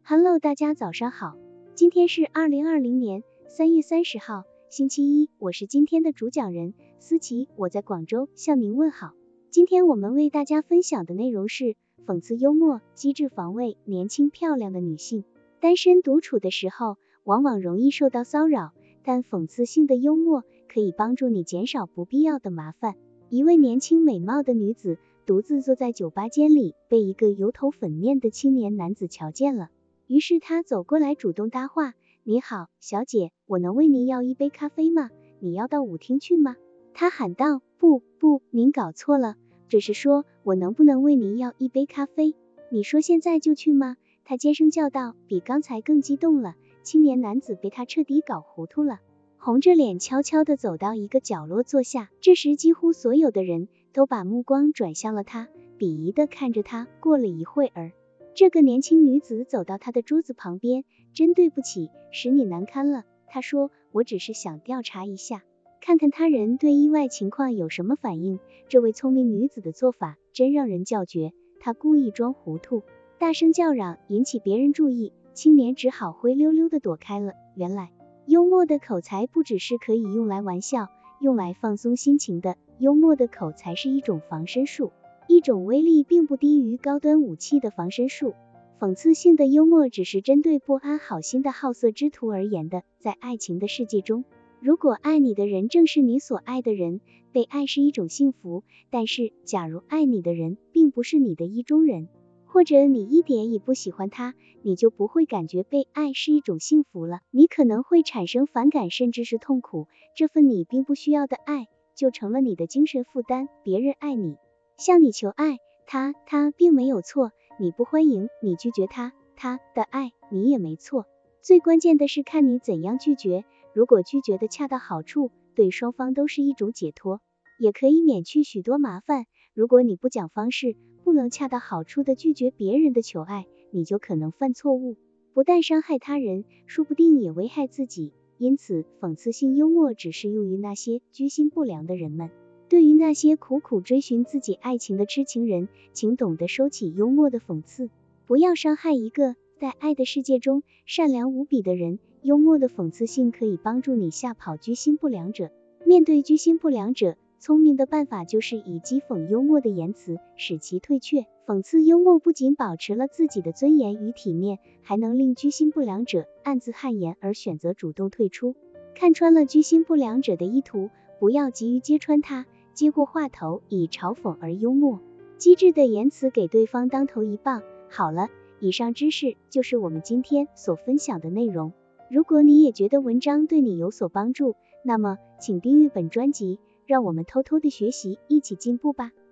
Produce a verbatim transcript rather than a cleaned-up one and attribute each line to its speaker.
Speaker 1: Hello， 大家早上好，今天是二零二零年三月三十号，星期一，我是今天的主讲人思琪，我在广州向您问好。今天我们为大家分享的内容是讽刺幽默、机智防卫年轻漂亮的女性。单身独处的时候，往往容易受到骚扰，但讽刺性的幽默可以帮助你减少不必要的麻烦。一位年轻美貌的女子独自坐在酒吧间里，被一个油头粉面的青年男子瞧见了。于是他走过来主动搭话，你好，小姐，我能为您要一杯咖啡吗？你要到舞厅去吗？他喊道，不不，您搞错了，只是说我能不能为您要一杯咖啡？你说现在就去吗？他尖声叫道，比刚才更激动了。青年男子被他彻底搞糊涂了，红着脸悄悄地走到一个角落坐下。这时几乎所有的人都把目光转向了他，鄙夷地看着他。过了一会儿，这个年轻女子走到他的桌子旁边，真对不起，使你难堪了。她说，我只是想调查一下，看看他人对意外情况有什么反应。这位聪明女子的做法真让人叫绝，她故意装糊涂，大声叫嚷，引起别人注意，青年只好灰溜溜地躲开了。原来，幽默的口才不只是可以用来玩笑，用来放松心情的，幽默的口才是一种防身术。一种威力并不低于高端武器的防身术。讽刺性的幽默只是针对不安好心的好色之徒而言的。在爱情的世界中，如果爱你的人正是你所爱的人，被爱是一种幸福。但是假如爱你的人并不是你的意中人，或者你一点也不喜欢他，你就不会感觉被爱是一种幸福了。你可能会产生反感，甚至是痛苦，这份你并不需要的爱就成了你的精神负担。别人爱你，向你求爱，他他并没有错，你不欢迎，你拒绝他他的爱，你也没错。最关键的是看你怎样拒绝，如果拒绝的恰到好处，对双方都是一种解脱，也可以免去许多麻烦。如果你不讲方式，不能恰到好处的拒绝别人的求爱，你就可能犯错误，不但伤害他人，说不定也危害自己。因此，讽刺性幽默只适用于那些居心不良的人们。对于那些苦苦追寻自己爱情的痴情人，请懂得收起幽默的讽刺，不要伤害一个在爱的世界中善良无比的人。幽默的讽刺性可以帮助你吓跑居心不良者。面对居心不良者，聪明的办法就是以讥讽幽默的言辞使其退却。讽刺幽默不仅保持了自己的尊严与体面，还能令居心不良者暗自汗颜而选择主动退出。看穿了居心不良者的意图，不要急于揭穿他，接过话头，以嘲讽而幽默、机智的言辞给对方当头一棒。好了，以上知识就是我们今天所分享的内容。如果你也觉得文章对你有所帮助，那么请订阅本专辑，让我们偷偷的学习，一起进步吧。